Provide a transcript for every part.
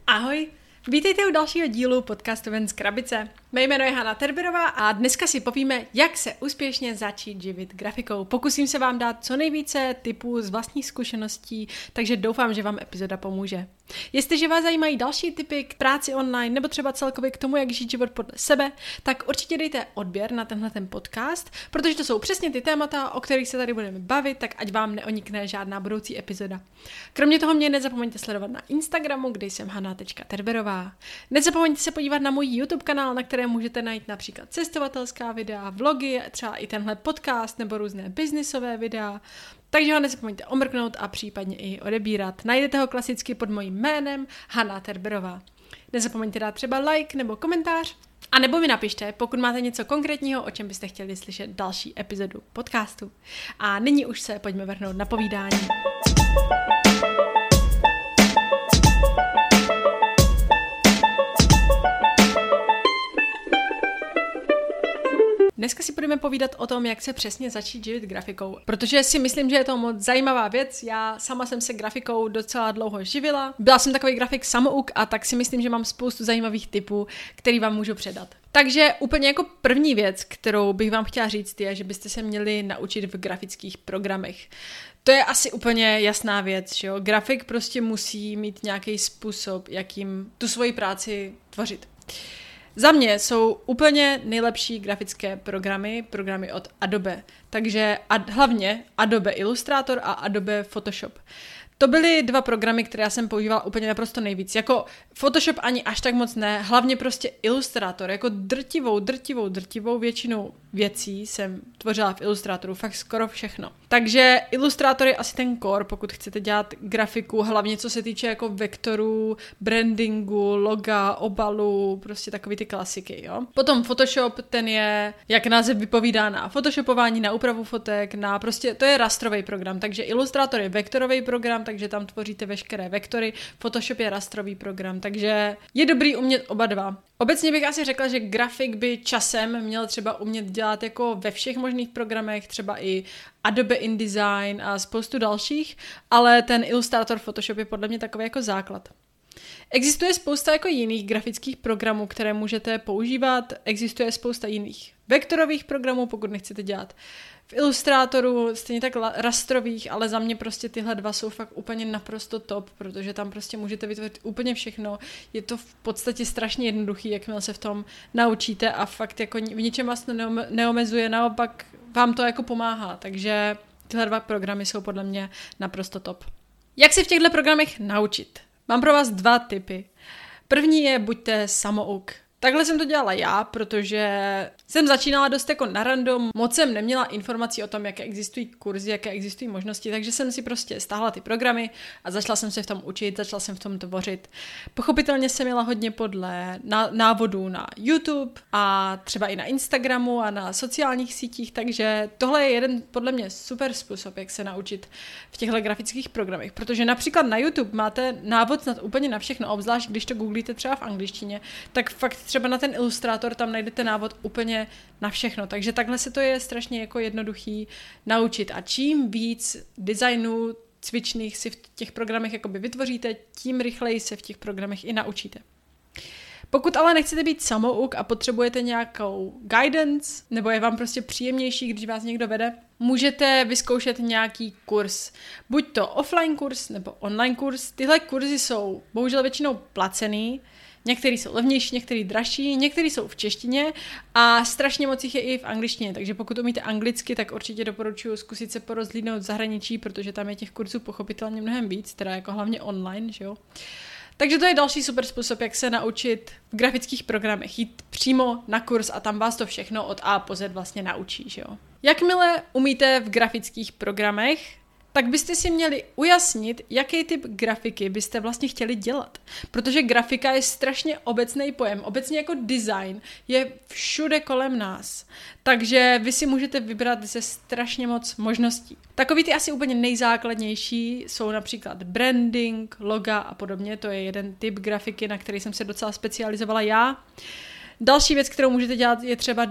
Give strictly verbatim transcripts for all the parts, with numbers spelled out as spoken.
Ahoj, vítejte u dalšího dílu podcastu Ven z krabice. Mé jméno je Hana Terberová a dneska si povíme, jak se úspěšně začít živit grafikou. Pokusím se vám dát co nejvíce tipů z vlastních zkušeností, takže doufám, že vám epizoda pomůže. Jestliže vás zajímají další tipy k práci online nebo třeba celkově k tomu, jak žít život podle sebe, tak určitě dejte odběr na tenhle ten podcast, protože to jsou přesně ty témata, o kterých se tady budeme bavit, tak ať vám neonikne žádná budoucí epizoda. Kromě toho mě nezapomeňte sledovat na Instagramu, kde jsem hana tečka terberová. Nezapomeňte se podívat na můj YouTube kanál, na kterém můžete najít například cestovatelská videa, vlogy, třeba i tenhle podcast nebo různé biznisové videa. Takže ho nezapomeňte omrknout a případně i odebírat. Najdete ho klasicky pod mojím jménem Hana Terberová. Nezapomeňte dát třeba like nebo komentář. A nebo mi napište, pokud máte něco konkrétního, o čem byste chtěli slyšet další epizodu podcastu. A nyní už se pojďme vrhnout na povídání. Dneska si budeme povídat o tom, jak se přesně začít živit grafikou, protože si myslím, že je to moc zajímavá věc. Já sama jsem se grafikou docela dlouho živila. Byla jsem takový grafik samouk a tak si myslím, že mám spoustu zajímavých tipů, který vám můžu předat. Takže úplně jako první věc, kterou bych vám chtěla říct, je, že byste se měli naučit v grafických programech. To je asi úplně jasná věc, že jo? Grafik prostě musí mít nějaký způsob, jakým tu svoji práci tvořit. Za mě jsou úplně nejlepší grafické programy, programy od Adobe, takže ad, hlavně Adobe Illustrator a Adobe Photoshop. To byly dva programy, které já jsem používala úplně naprosto nejvíc. Jako Photoshop ani až tak moc ne, hlavně prostě Illustrator. Jako drtivou, drtivou, drtivou většinu věcí jsem tvořila v Illustratoru, fakt skoro všechno. Takže Illustrator je asi ten core, pokud chcete dělat grafiku, hlavně co se týče jako vektorů, brandingu, loga, obalu, prostě takový ty klasiky, jo. Potom Photoshop, ten je, jak název vypovídá, na photoshopování, na úpravu fotek, na prostě, to je rastrový program, takže Illustrator je vektorový program, takže tam tvoříte veškeré vektory, Photoshop je rastrový program, takže je dobrý umět oba dva. Obecně bych asi řekla, že grafik by časem měl třeba umět dělat jako ve všech možných programech, třeba i Adobe InDesign a spoustu dalších, ale ten Illustrator Photoshop je podle mě takový jako základ. Existuje spousta jako jiných grafických programů, které můžete používat, existuje spousta jiných vektorových programů, pokud nechcete dělat v Illustratoru, stejně tak rastrových, ale za mě prostě tyhle dva jsou fakt úplně naprosto top, protože tam prostě můžete vytvořit úplně všechno. Je to v podstatě strašně jednoduchý, jakmile se v tom naučíte a fakt jako v ničem vás to neomezuje, naopak vám to jako pomáhá, takže tyhle dva programy jsou podle mě naprosto top. Jak se v těchto programech naučit? Mám pro vás dva tipy. První je buďte samouk. Takhle jsem to dělala já, protože jsem začínala dost jako na random, moc jsem neměla informací o tom, jaké existují kurzy, jaké existují možnosti, takže jsem si prostě stáhla ty programy a začala jsem se v tom učit, začala jsem v tom tvořit. Pochopitelně jsem měla hodně podle návodů na YouTube a třeba i na Instagramu a na sociálních sítích, takže tohle je jeden podle mě super způsob, jak se naučit v těchto grafických programech, protože například na YouTube máte návod snad úplně na všechno, obzvlášť když to googlíte třeba v angličtině, tak fakt třeba na ten Illustrator tam najdete návod úplně na všechno, takže takhle se to je strašně jako jednoduchý naučit a čím víc designů cvičných si v těch programech jakoby vytvoříte, tím rychleji se v těch programech i naučíte. Pokud ale nechcete být samouk a potřebujete nějakou guidance, nebo je vám prostě příjemnější, když vás někdo vede, můžete vyzkoušet nějaký kurz. Buď to offline kurz, nebo online kurz. Tyhle kurzy jsou bohužel většinou placený, některý jsou levnější, některý dražší, některý jsou v češtině a strašně moc jich je i v angličtině, takže pokud umíte anglicky, tak určitě doporučuji zkusit se porozhlídnout v zahraničí, protože tam je těch kurzů pochopitelně mnohem víc, teda jako hlavně online, že jo. Takže to je další super způsob, jak se naučit v grafických programech, jít přímo na kurz a tam vás to všechno od A po Z vlastně naučí, že jo. Jakmile umíte v grafických programech, tak byste si měli ujasnit, jaký typ grafiky byste vlastně chtěli dělat. Protože grafika je strašně obecný pojem. Obecně jako design je všude kolem nás. Takže vy si můžete vybrat ze strašně moc možností. Takový ty asi úplně nejzákladnější jsou například branding, loga a podobně. To je jeden typ grafiky, na který jsem se docela specializovala já. Další věc, kterou můžete dělat, je třeba design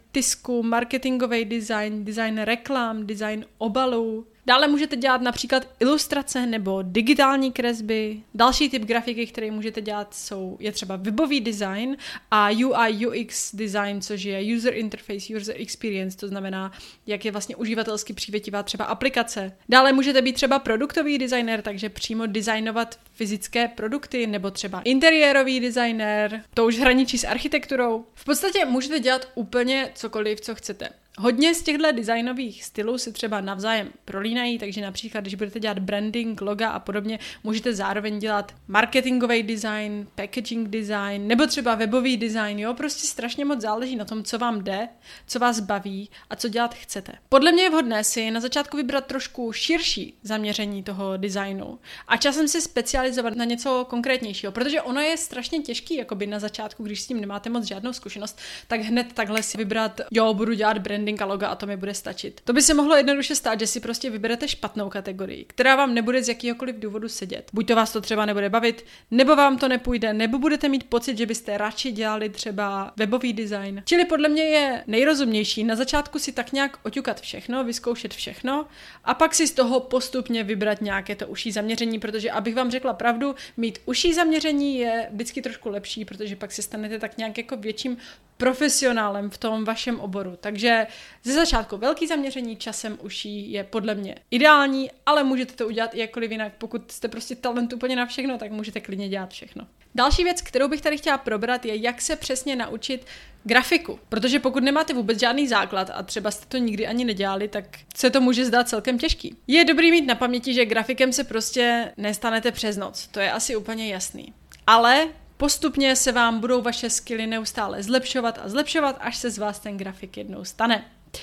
tisku, marketingový design, design reklam, design obalů. Dále můžete dělat například ilustrace nebo digitální kresby. Další typ grafiky, který můžete dělat, jsou, je třeba webový design a U I U X design, což je user interface, user experience, to znamená, jak je vlastně uživatelsky přívětivá třeba aplikace. Dále můžete být třeba produktový designer, takže přímo designovat fyzické produkty, nebo třeba interiérový designer, to už hraničí s architekturou. V podstatě můžete dělat úplně cokoliv, co chcete. Hodně z těchto designových stylů si třeba navzájem prolínají, takže například, když budete dělat branding, loga a podobně, můžete zároveň dělat marketingový design, packaging design, nebo třeba webový design, jo, prostě strašně moc záleží na tom, co vám jde, co vás baví a co dělat chcete. Podle mě je vhodné si na začátku vybrat trošku širší zaměření toho designu a časem si specializovat na něco konkrétnějšího, protože ono je strašně těžký, jakoby na začátku, když s tím nemáte moc žádnou zkušenost, tak hned takhle si vybrat, jo, budu dělat branding a loga a to mi bude stačit. To by se mohlo jednoduše stát, že si prostě vyberete špatnou kategorii, která vám nebude z jakýhokoliv důvodu sedět. Buď to vás to třeba nebude bavit, nebo vám to nepůjde, nebo budete mít pocit, že byste radši dělali třeba webový design. Čili podle mě je nejrozumnější na začátku si tak nějak oťukat všechno, vyzkoušet všechno a pak si z toho postupně vybrat nějaké to užší zaměření, protože abych vám řekla pravdu, mít užší zaměření je vždycky trošku lepší, protože pak si stanete tak nějak jako větším profesionálem v tom vašem oboru. Takže ze začátku velký zaměření, časem uší je podle mě ideální, ale můžete to udělat i jakkoliv jinak. Pokud jste prostě talent úplně na všechno, tak můžete klidně dělat všechno. Další věc, kterou bych tady chtěla probrat, je, jak se přesně naučit grafiku. Protože pokud nemáte vůbec žádný základ a třeba jste to nikdy ani nedělali, tak se to může zdát celkem těžký. Je dobrý mít na paměti, že grafikem se prostě nestanete přes noc. To je asi úplně jasný. Ale postupně se vám budou vaše skilly neustále zlepšovat a zlepšovat, až se z vás ten grafik jednou stane.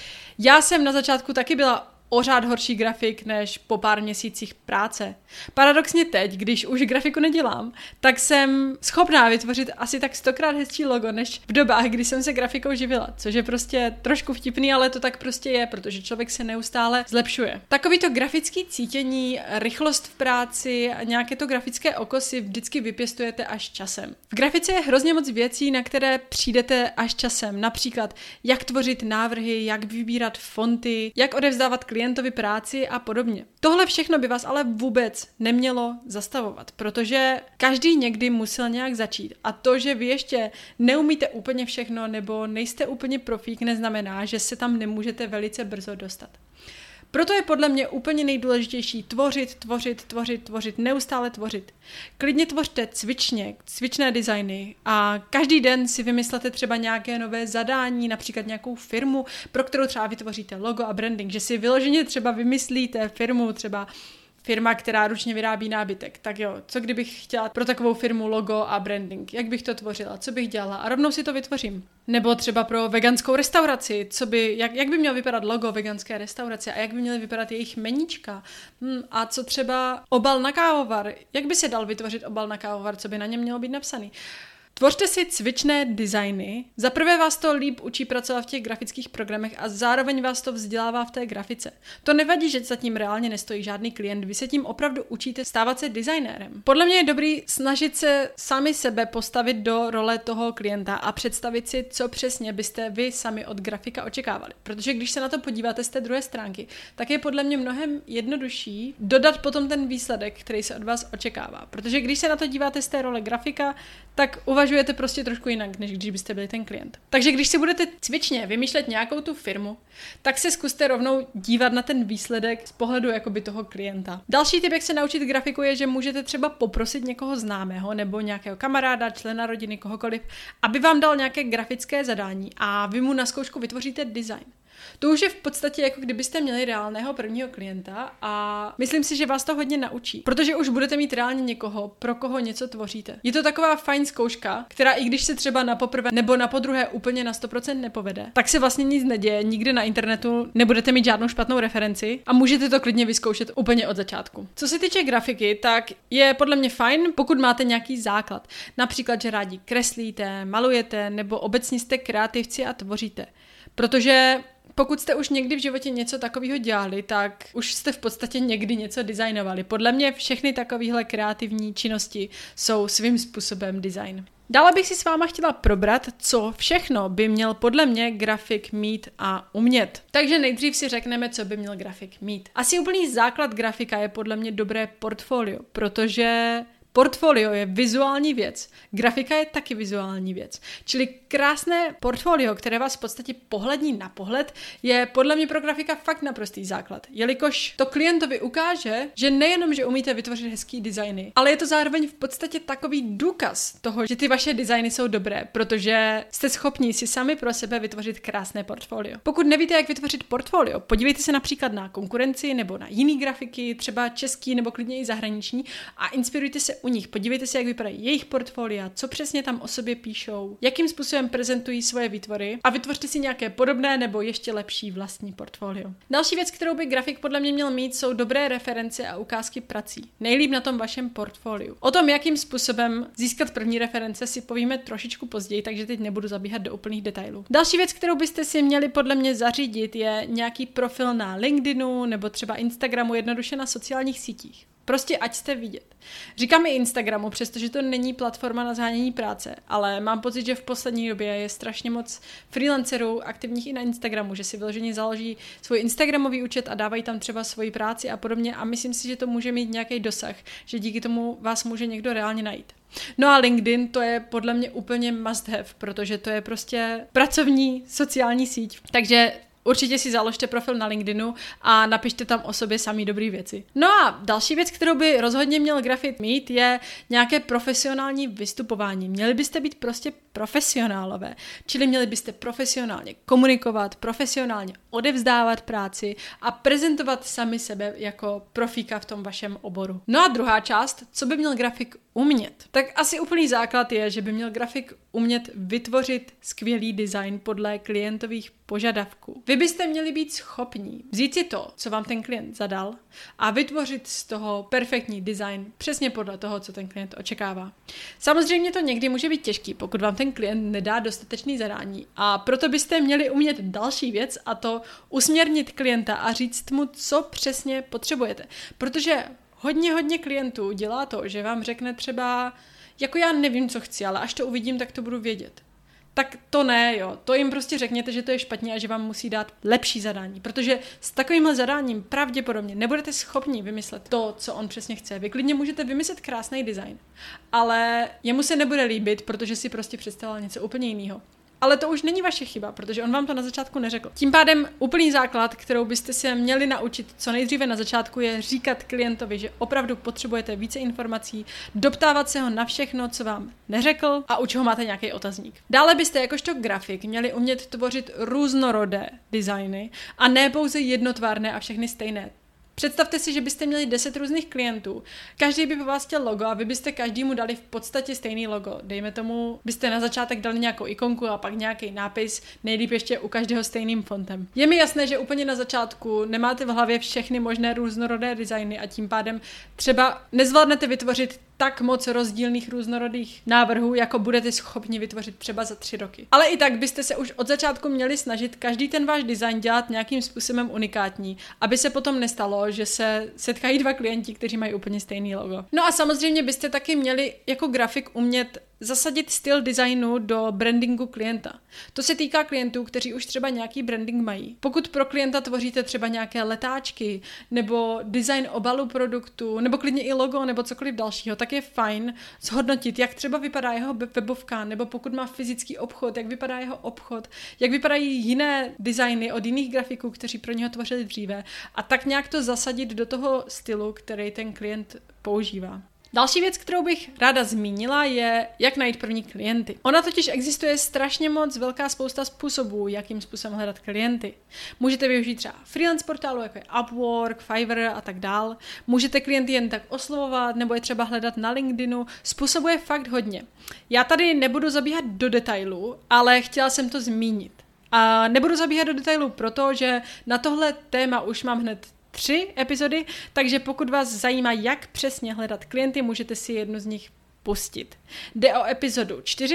Já jsem na začátku taky byla o řád horší grafik než po pár měsících práce. Paradoxně teď, když už grafiku nedělám, tak jsem schopná vytvořit asi tak stokrát hezčí logo, než v dobách, kdy jsem se grafikou živila, což je prostě trošku vtipný, ale to tak prostě je, protože člověk se neustále zlepšuje. Takový to grafický cítění, rychlost v práci a nějaké to grafické oko si vždycky vypěstujete až časem. V grafice je hrozně moc věcí, na které přijdete až časem, například jak tvořit návrhy, jak vybírat fonty, jak odevzdávat klientovi práci a podobně. Tohle všechno by vás ale vůbec nemělo zastavovat, protože každý někdy musel nějak začít a to, že vy ještě neumíte úplně všechno nebo nejste úplně profík, neznamená, že se tam nemůžete velice brzo dostat. Proto je podle mě úplně nejdůležitější tvořit, tvořit, tvořit, tvořit, neustále tvořit. Klidně tvořte cvičně, cvičné designy a každý den si vymyslete třeba nějaké nové zadání, například nějakou firmu, pro kterou třeba vytvoříte logo a branding, že si vyloženě třeba vymyslíte firmu, třeba firma, která ručně vyrábí nábytek. Tak jo, co kdybych chtěla pro takovou firmu logo a branding? Jak bych to tvořila? Co bych dělala? A rovnou si to vytvořím. Nebo třeba pro veganskou restauraci, co by, jak, jak by mělo vypadat logo veganské restaurace a jak by měly vypadat jejich meníčka. Hm, a co třeba obal na kávovar? Jak by se dal vytvořit obal na kávovar? Co by na něm mělo být napsaný? Tvořte si cvičné designy. Za prvé vás to líp učí pracovat v těch grafických programech a zároveň vás to vzdělává v té grafice. To nevadí, že zatím reálně nestojí žádný klient, vy se tím opravdu učíte stávat se designérem. Podle mě je dobrý snažit se sami sebe postavit do role toho klienta a představit si, co přesně byste vy sami od grafika očekávali. Protože když se na to podíváte z té druhé stránky, tak je podle mě mnohem jednodušší dodat potom ten výsledek, který se od vás očekává. Protože když se na to díváte z té role grafika, tak uvažujete prostě trošku jinak, než když byste byli ten klient. Takže když si budete cvičně vymýšlet nějakou tu firmu, tak se zkuste rovnou dívat na ten výsledek z pohledu jakoby toho klienta. Další tip, jak se naučit grafiku, je, že můžete třeba poprosit někoho známého nebo nějakého kamaráda, člena rodiny, kohokoliv, aby vám dal nějaké grafické zadání a vy mu na zkoušku vytvoříte design. To už je v podstatě jako kdybyste měli reálného prvního klienta a myslím si, že vás to hodně naučí, protože už budete mít reálně někoho, pro koho něco tvoříte. Je to taková fajn zkouška, která i když se třeba na poprvé nebo na podruhé úplně na sto procent nepovede, tak se vlastně nic neděje, nikde na internetu nebudete mít žádnou špatnou referenci a můžete to klidně vyzkoušet úplně od začátku. Co se týče grafiky, tak je podle mě fajn, pokud máte nějaký základ. Například, že rádi kreslíte, malujete nebo obecně jste kreativci a tvoříte. Protože pokud jste už někdy v životě něco takového dělali, tak už jste v podstatě někdy něco designovali. Podle mě všechny takovéhle kreativní činnosti jsou svým způsobem design. Dále bych si s váma chtěla probrat, co všechno by měl podle mě grafik mít a umět. Takže nejdřív si řekneme, co by měl grafik mít. Asi úplný základ grafika je podle mě dobré portfolio, protože portfolio je vizuální věc, grafika je taky vizuální věc. Čili krásné portfolio, které vás v podstatě pohlední na pohled, je podle mě pro grafika fakt naprostý základ. Jelikož to klientovi ukáže, že nejenom, že umíte vytvořit hezký designy, ale je to zároveň v podstatě takový důkaz toho, že ty vaše designy jsou dobré, protože jste schopni si sami pro sebe vytvořit krásné portfolio. Pokud nevíte, jak vytvořit portfolio, podívejte se například na konkurenci nebo na jiný grafiky, třeba český nebo klidně i zahraniční, a inspirujte se u nich. Podívejte se, jak vypadají jejich portfolia, co přesně tam o sobě píšou, jakým způsobem prezentují svoje výtvory a vytvořte si nějaké podobné nebo ještě lepší vlastní portfolio. Další věc, kterou by grafik podle mě měl mít, jsou dobré reference a ukázky prací. Nejlíp na tom vašem portfoliu. O tom, jakým způsobem získat první reference, si povíme trošičku později, takže teď nebudu zabíhat do úplných detailů. Další věc, kterou byste si měli podle mě zařídit, je nějaký profil na LinkedInu nebo třeba Instagramu, jednoduše na sociálních sítích. Prostě ať jste vidět. Říkám i Instagramu, přestože to není platforma na zhánění práce, ale mám pocit, že v poslední době je strašně moc freelancerů aktivních i na Instagramu, že si vyloženě založí svůj Instagramový účet a dávají tam třeba svoji práci a podobně a myslím si, že to může mít nějaký dosah, že díky tomu vás může někdo reálně najít. No a LinkedIn, to je podle mě úplně must have, protože to je prostě pracovní sociální síť. Takže určitě si založte profil na LinkedInu a napište tam o sobě samý dobrý věci. No a další věc, kterou by rozhodně měl grafik mít, je nějaké profesionální vystupování. Měli byste být prostě profesionálové, čili měli byste profesionálně komunikovat, profesionálně odevzdávat práci a prezentovat sami sebe jako profíka v tom vašem oboru. No a druhá část, co by měl grafik umět? Tak asi úplný základ je, že by měl grafik umět vytvořit skvělý design podle klientových požadavků. Vy byste měli být schopní vzít si to, co vám ten klient zadal a vytvořit z toho perfektní design přesně podle toho, co ten klient očekává. Samozřejmě to někdy může být těžký, pokud vám ten klient nedá dostatečný zadání, a proto byste měli umět další věc, a to usměrnit klienta a říct mu, co přesně potřebujete. Protože hodně, hodně klientů dělá to, že vám řekne třeba, jako já nevím, co chci, ale až to uvidím, tak to budu vědět. Tak to ne, jo. To jim prostě řekněte, že to je špatně a že vám musí dát lepší zadání. Protože s takovýmhle zadáním pravděpodobně nebudete schopni vymyslet to, co on přesně chce. Vy klidně můžete vymyslet krásný design, ale jemu se nebude líbit, protože si prostě představil něco úplně jiného. Ale to už není vaše chyba, protože on vám to na začátku neřekl. Tím pádem úplný základ, kterou byste se měli naučit co nejdříve na začátku, je říkat klientovi, že opravdu potřebujete více informací, doptávat se ho na všechno, co vám neřekl a u čeho máte nějaký otazník. Dále byste jakožto grafik měli umět tvořit různorodé designy a ne pouze jednotvárné a všechny stejné. Představte si, že byste měli deset různých klientů. Každý by po vás chtěl logo a vy byste každému dali v podstatě stejný logo. Dejme tomu, byste na začátek dali nějakou ikonku a pak nějaký nápis, nejlíp ještě u každého stejným fontem. Je mi jasné, že úplně na začátku nemáte v hlavě všechny možné různorodé designy a tím pádem třeba nezvládnete vytvořit tak moc rozdílných různorodých návrhů, jako budete schopni vytvořit třeba za tři roky. Ale i tak byste se už od začátku měli snažit každý ten váš design dělat nějakým způsobem unikátní, aby se potom nestalo, že se setkají dva klienti, kteří mají úplně stejný logo. No a samozřejmě byste taky měli jako grafik umět zasadit styl designu do brandingu klienta. To se týká klientů, kteří už třeba nějaký branding mají. Pokud pro klienta tvoříte třeba nějaké letáčky, nebo design obalu produktu, nebo klidně i logo, nebo cokoliv dalšího, tak je fajn zhodnotit, jak třeba vypadá jeho webovka, nebo pokud má fyzický obchod, jak vypadá jeho obchod, jak vypadají jiné designy od jiných grafiků, kteří pro něho tvořili dříve, a tak nějak to zasadit do toho stylu, který ten klient používá. Další věc, kterou bych ráda zmínila, je, jak najít první klienty. Ona totiž existuje strašně moc velká spousta způsobů, jakým způsobem hledat klienty. Můžete využít třeba freelance portálu, jako je Upwork, Fiverr a tak dál. Můžete klienty jen tak oslovovat, nebo je třeba hledat na LinkedInu. Způsobů je fakt hodně. Já tady nebudu zabíhat do detailů, ale chtěla jsem to zmínit. A nebudu zabíhat do detailů proto, že na tohle téma už mám hned tři epizody, takže pokud vás zajímá, jak přesně hledat klienty, můžete si jednu z nich pustit. Jde o epizodu čtyři,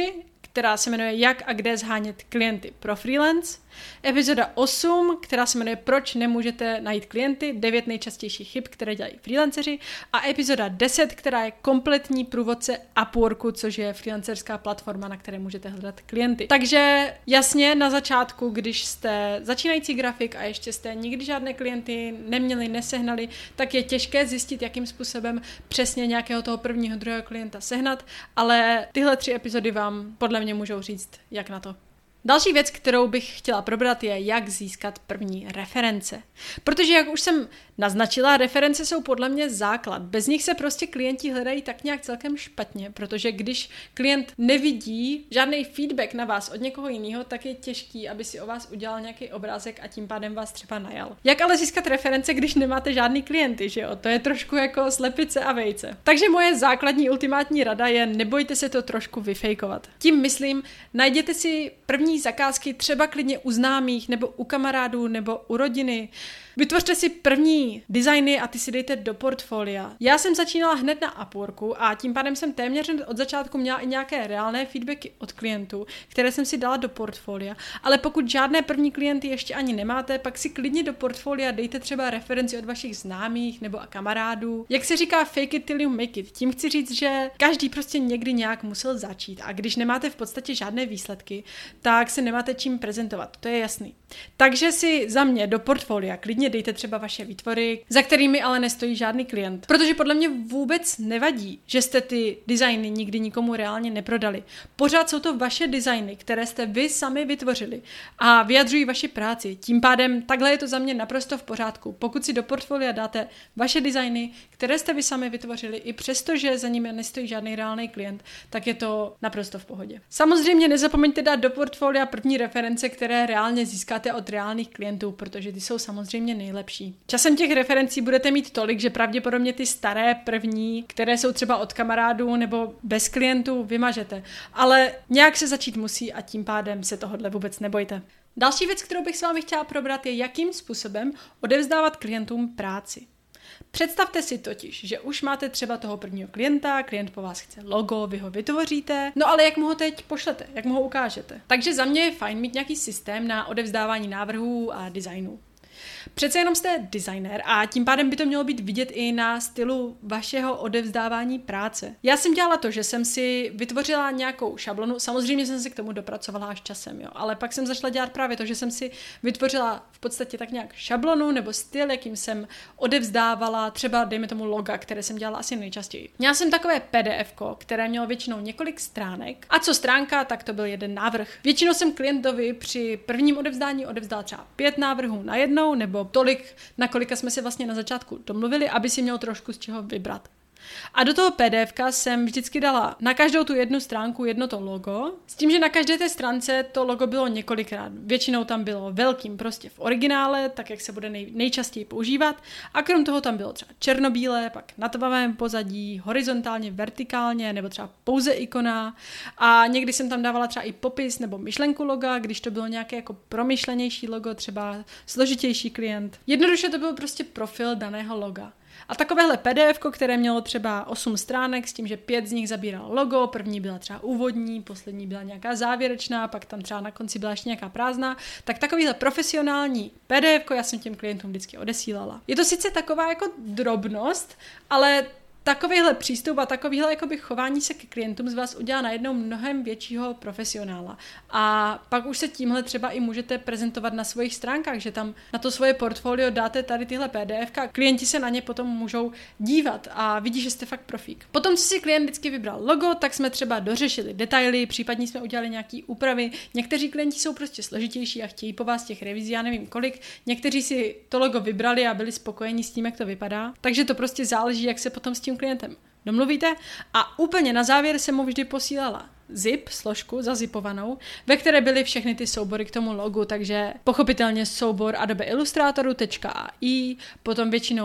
která se jmenuje Jak a kde zhánět klienty pro freelance, epizoda osm, která se jmenuje Proč nemůžete najít klienty, devět nejčastějších chyb, které dělají freelanceři, a epizoda deset, která je kompletní průvodce Upworku, což je freelancerská platforma, na které můžete hledat klienty. Takže jasně na začátku, když jste začínající grafik a ještě jste nikdy žádné klienty neměli, nesehnali, tak je těžké zjistit, jakým způsobem přesně nějakého toho prvního, druhého klienta sehnat, ale tyhle tři epizody vám podle mě můžou říct, jak na to. Další věc, kterou bych chtěla probrat, je, jak získat první reference. Protože, jak už jsem naznačila, reference jsou podle mě základ. Bez nich se prostě klienti hledají tak nějak celkem špatně, protože když klient nevidí žádný feedback na vás od někoho jiného, tak je těžký, aby si o vás udělal nějaký obrázek a tím pádem vás třeba najal. Jak ale získat reference, když nemáte žádný klienty, že jo? To je trošku jako slepice a vejce. Takže moje základní ultimátní rada je, nebojte se to trošku vyfejkovat. Tím myslím, najděte si první zakázky třeba klidně u známých, nebo u kamarádů, nebo u rodiny. Vytvořte si první designy a ty si dejte do portfolia. Já jsem začínala hned na Upworku a tím pádem jsem téměř od začátku měla i nějaké reálné feedbacky od klientů, které jsem si dala do portfolia. Ale pokud žádné první klienty ještě ani nemáte, pak si klidně do portfolia dejte třeba referenci od vašich známých nebo a kamarádů. Jak se říká fake it till you make it. Tím chci říct, že každý prostě někdy nějak musel začít a když nemáte v podstatě žádné výsledky, tak se nemáte čím prezentovat. To je jasný. Takže si za mě do portfolia klidně dejte třeba vaše výtvory, za kterými ale nestojí žádný klient. Protože podle mě vůbec nevadí, že jste ty designy nikdy nikomu reálně neprodali. Pořád jsou to vaše designy, které jste vy sami vytvořili a vyjadřují vaši práci. Tím pádem takhle je to za mě naprosto v pořádku. Pokud si do portfolia dáte vaše designy, které jste vy sami vytvořili, i přesto, že za nimi nestojí žádný reálný klient, tak je to naprosto v pohodě. Samozřejmě nezapomeňte dát do portfolia první reference, které reálně získáte od reálných klientů, protože ty jsou samozřejmě nejlepší. Časem těch referencí budete mít tolik, že pravděpodobně ty staré první, které jsou třeba od kamarádů nebo bez klientů, vymažete. Ale nějak se začít musí a tím pádem se tohodle vůbec nebojte. Další věc, kterou bych s vámi chtěla probrat, je, jakým způsobem odevzdávat klientům práci. Představte si totiž, že už máte třeba toho prvního klienta, klient po vás chce logo, vy ho vytvoříte, no ale jak mu ho teď pošlete, jak mu ho ukážete. Takže za mě je fajn mít nějaký systém na odevzdávání návrhů a designů. Přece jenom jste designer a tím pádem by to mělo být vidět i na stylu vašeho odevzdávání práce. Já jsem dělala to, že jsem si vytvořila nějakou šablonu, samozřejmě jsem se k tomu dopracovala až časem, jo, ale pak jsem začala dělat právě to, že jsem si vytvořila v podstatě tak nějak šablonu nebo styl, jakým jsem odevzdávala třeba, dejme tomu, loga, které jsem dělala asi nejčastěji. Měla jsem takové P D F ko, které mělo většinou několik stránek a co stránka, tak to byl jeden návrh. Většinou jsem klientovi při prvním odevzdání odevzdala třeba pět návrhů na jednou nebo tolik, na kolika jsme si vlastně na začátku domluvili, aby si měl trošku z čeho vybrat. A do toho P D F ka jsem vždycky dala na každou tu jednu stránku jedno to logo, s tím, že na každé té stránce to logo bylo několikrát. Většinou tam bylo velkým prostě v originále, tak jak se bude nej, nejčastěji používat, a krom toho tam bylo třeba černobílé, pak na tmavém pozadí, horizontálně, vertikálně, nebo třeba pouze ikona, a někdy jsem tam dávala třeba i popis nebo myšlenku loga, když to bylo nějaké jako promyšlenější logo, třeba složitější klient. Jednoduše to byl prostě profil daného loga. A takovéhle P D F ko, které mělo třeba osm stránek s tím, že pět z nich zabíralo logo, první byla třeba úvodní, poslední byla nějaká závěrečná, pak tam třeba na konci byla ještě nějaká prázdná, tak takovýhle profesionální P D F ko já jsem těm klientům vždycky odesílala. Je to sice taková jako drobnost, ale takovýhle přístup a takovýhle jakoby chování se k klientům z vás udělá najednou mnohem většího profesionála. A pak už se tímhle třeba i můžete prezentovat na svých stránkách, že tam na to svoje portfolio dáte tady tyhle P D F ka, klienti se na ně potom můžou dívat a vidí, že jste fakt profík. Potom, co si klient vždycky vybral logo, tak jsme třeba dořešili detaily, případně jsme udělali nějaký úpravy. Někteří klienti jsou prostě složitější a chtějí po vás těch revizí, já nevím kolik. Někteří si to logo vybrali a byli spokojení s tím, jak to vypadá. Takže to prostě záleží, jak se potom s tím klientem domluvíte. A úplně na závěr jsem mu vždy posílala zip, složku zazipovanou, ve které byly všechny ty soubory k tomu logu, takže pochopitelně soubor Adobe Illustratoru .ai, potom většinou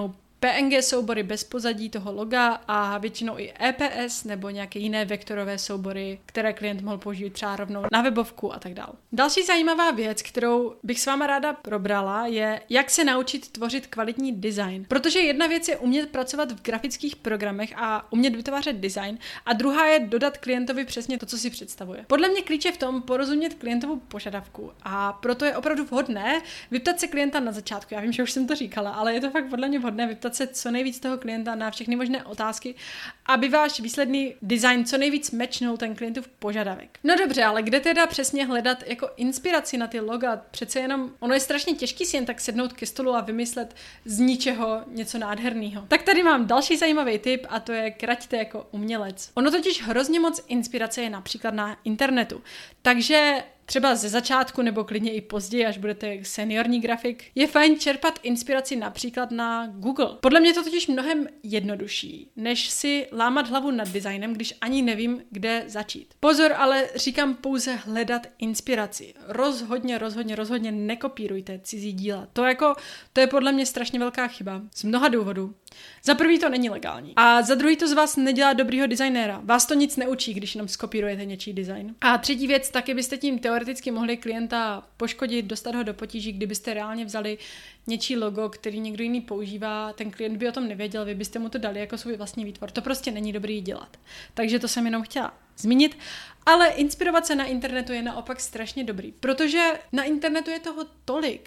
P N G soubory bez pozadí toho loga a většinou i E P S nebo nějaké jiné vektorové soubory, které klient mohl použít třeba rovnou na webovku a tak dále. Další zajímavá věc, kterou bych s váma ráda probrala, je, jak se naučit tvořit kvalitní design. Protože jedna věc je umět pracovat v grafických programech a umět vytvářet design a druhá je dodat klientovi přesně to, co si představuje. Podle mě klíč je v tom porozumět klientovu požadavku a proto je opravdu vhodné vyptat se klienta na začátku. Já vím, že už jsem to říkala, ale je to fakt podle mě vhodné vyptat se co nejvíc toho klienta na všechny možné otázky, aby váš výsledný design co nejvíc matchnul ten klientův požadavek. No dobře, ale kde teda přesně hledat jako inspiraci na ty loga? Přece jenom ono je strašně těžký si jen tak sednout ke stolu a vymyslet z ničeho něco nádherného. Tak tady mám další zajímavý tip a to je kraťte jako umělec. Ono totiž hrozně moc inspirace je například na internetu. Takže třeba ze začátku nebo klidně i později, až budete seniorní grafik, je fajn čerpat inspiraci například na Google. Podle mě je to totiž mnohem jednodušší, než si lámat hlavu nad designem, když ani nevím, kde začít. Pozor, ale říkám pouze hledat inspiraci. Rozhodně, rozhodně, rozhodně nekopírujte cizí díla. To jako, to je podle mě strašně velká chyba. Z mnoha důvodů. Za prvý to není legální. A za druhý to z vás nedělá dobrýho designéra. Vás to nic neučí, když jenom skopírujete něčí design. A třetí věc, taky byste tím teoreticky mohli klienta poškodit, dostat ho do potíží, kdybyste reálně vzali něčí logo, který někdo jiný používá, ten klient by o tom nevěděl, vy byste mu to dali jako svůj vlastní výtvor. To prostě není dobrý dělat. Takže to jsem jenom chtěla zmínit. Ale inspirovat se na internetu je naopak strašně dobrý, protože na internetu je toho tolik.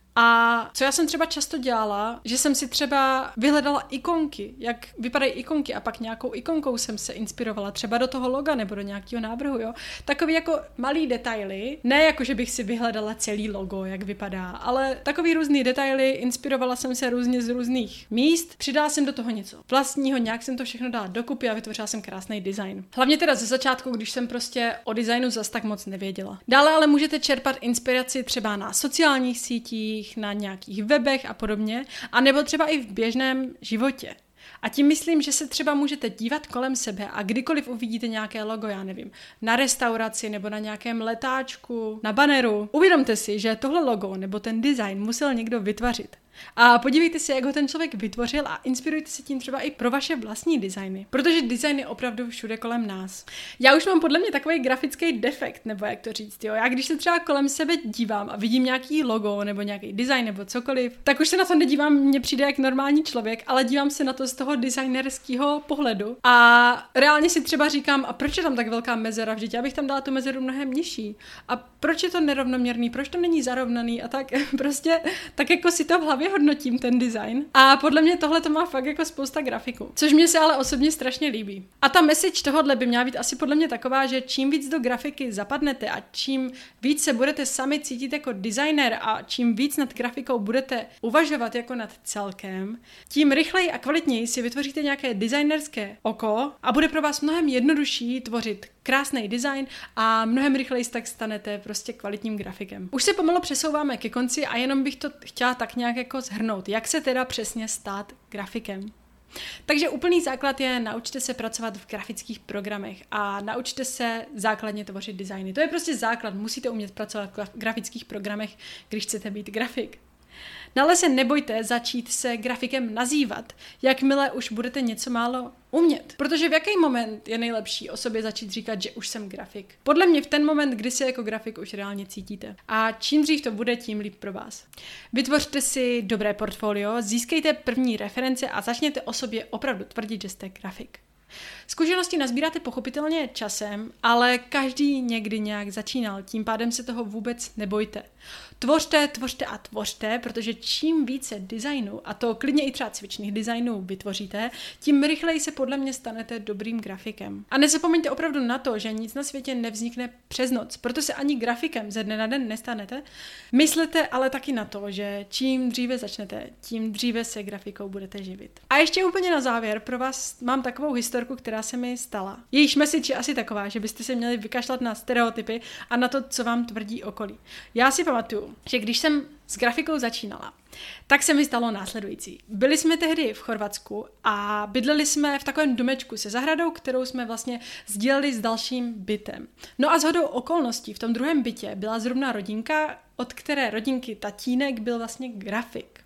A co já jsem třeba často dělala, že jsem si třeba vyhledala ikonky, jak vypadají ikonky a pak nějakou ikonkou jsem se inspirovala, třeba do toho loga nebo do nějakého návrhu, jo. Takový jako malý detaily, ne jako, že bych si vyhledala celý logo, jak vypadá, ale takový různý detaily, inspirovala jsem se různě z různých míst, přidala jsem do toho něco vlastního, nějak jsem to všechno dala dokupy a vytvořila jsem krásný design. Hlavně teda ze začátku, když jsem prostě o designu zas tak moc nevěděla. Dále ale můžete čerpat inspiraci třeba na sociálních sítích, na nějakých webech a podobně, a nebo třeba i v běžném životě. A tím myslím, že se třeba můžete dívat kolem sebe a kdykoliv uvidíte nějaké logo, já nevím, na restauraci nebo na nějakém letáčku, na banneru, uvědomte si, že tohle logo nebo ten design musel někdo vytvořit. A podívejte se, jak ho ten člověk vytvořil a inspirujte se tím třeba i pro vaše vlastní designy. Protože design je opravdu všude kolem nás. Já už mám podle mě takový grafický defekt, nebo jak to říct, jo. Já když se třeba kolem sebe dívám a vidím nějaký logo nebo nějaký design nebo cokoliv, tak už se na to nedívám, mně přijde jak normální člověk, ale dívám se na to z toho designerského pohledu. A reálně si třeba říkám, a proč je tam tak velká mezera? Vždyť já bych tam dala tu mezeru mnohem nižší. A proč je to nerovnoměrný? Proč to není zarovnaný? A tak prostě tak jako si to v hlavě hodnotím ten design. A podle mě tohle to má fakt jako spousta grafiků. Což mě se ale osobně strašně líbí. A ta message tohodle by měla být asi podle mě taková, že čím víc do grafiky zapadnete a čím víc se budete sami cítit jako designer a čím víc nad grafikou budete uvažovat jako nad celkem, tím rychleji a kvalitněji si vytvoříte nějaké designerské oko a bude pro vás mnohem jednodušší tvořit krásný design a mnohem rychleji tak stanete prostě kvalitním grafikem. Už se pomalu přesouváme ke konci a jenom bych to chtěla tak nějak jako shrnout, jak se teda přesně stát grafikem. Takže úplný základ je naučte se pracovat v grafických programech a naučte se základně tvořit designy. To je prostě základ, musíte umět pracovat v grafických programech, když chcete být grafik. Dále se nebojte začít se grafikem nazývat, jakmile už budete něco málo umět. Protože v jaký moment je nejlepší o sobě začít říkat, že už jsem grafik? Podle mě v ten moment, kdy se jako grafik už reálně cítíte. A čím dřív to bude, tím líp pro vás. Vytvořte si dobré portfolio, získejte první reference a začněte o sobě opravdu tvrdit, že jste grafik. Zkušenosti nazbíráte pochopitelně časem, ale každý někdy nějak začínal, tím pádem se toho vůbec nebojte. Tvořte, tvořte a tvořte, protože čím více designů, a to klidně i třeba cvičných designů vytvoříte, tím rychleji se podle mě stanete dobrým grafikem. A nezapomeňte opravdu na to, že nic na světě nevznikne přes noc, proto se ani grafikem ze dne na den nestanete. Myslete ale taky na to, že čím dříve začnete, tím dříve se grafikou budete živit. A ještě úplně na závěr pro vás mám takovou historku, která se mi stala. Jejíž message je asi taková, že byste se měli vykašlat na stereotypy a na to, co vám tvrdí okolí. Já si pamatuju, že když jsem s grafikou začínala, tak se mi stalo následující. Byli jsme tehdy v Chorvatsku a bydleli jsme v takovém domečku se zahradou, kterou jsme vlastně sdíleli s dalším bytem. No a shodou okolností v tom druhém bytě byla zrovna rodinka, od které rodinky tatínek byl vlastně grafik.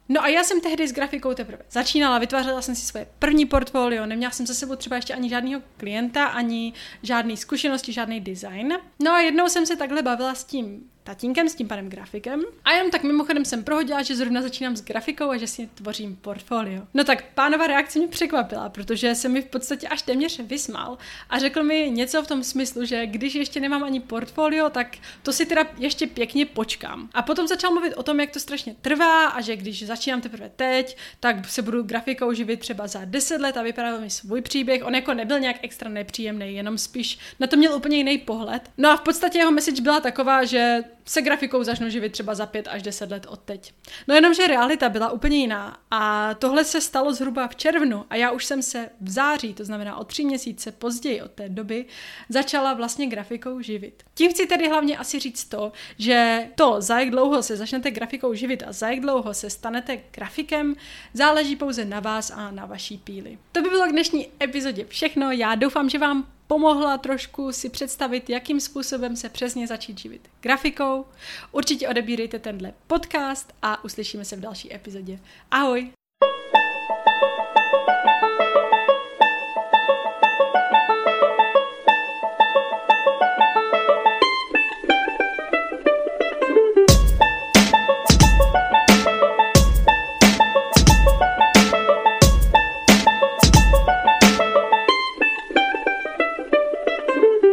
No a já jsem tehdy s grafikou teprve začínala, vytvářela jsem si svoje první portfolio, neměla jsem za sebou třeba ještě ani žádného klienta, ani žádný zkušenosti, žádný design. No a jednou jsem se takhle bavila s tím tatínkem, s tím panem grafikem. A jenom tak mimochodem jsem prohodila, že zrovna začínám s grafikou a že si tvořím portfolio. No tak pánova reakce mě překvapila, protože se mi v podstatě až téměř vysmál a řekl mi něco v tom smyslu, že když ještě nemám ani portfolio, tak to si teda ještě pěkně počkám. A potom začal mluvit o tom, jak to strašně trvá a že když začínám teprve teď, tak se budu grafikou živit třeba za deset let a vyprávěl mi svůj příběh. On jako nebyl nějak extra nepříjemný, jenom spíš na to měl úplně jiný pohled. No a v podstatě jeho message byla taková, že se grafikou začnu živit třeba za pět až deset let od teď. No jenomže realita byla úplně jiná a tohle se stalo zhruba v červnu a já už jsem se v září, to znamená o tři měsíce později od té doby, začala vlastně grafikou živit. Tím chci tedy hlavně asi říct to, že to, za jak dlouho se začnete grafikou živit a za jak dlouho se stanete grafikem, záleží pouze na vás a na vaší píli. To by bylo k dnešní epizodě všechno. Já doufám, že vám pomohla trošku si představit, jakým způsobem se přesně začít živit grafikou. Určitě odebírejte tenhle podcast a uslyšíme se v další epizodě. Ahoj!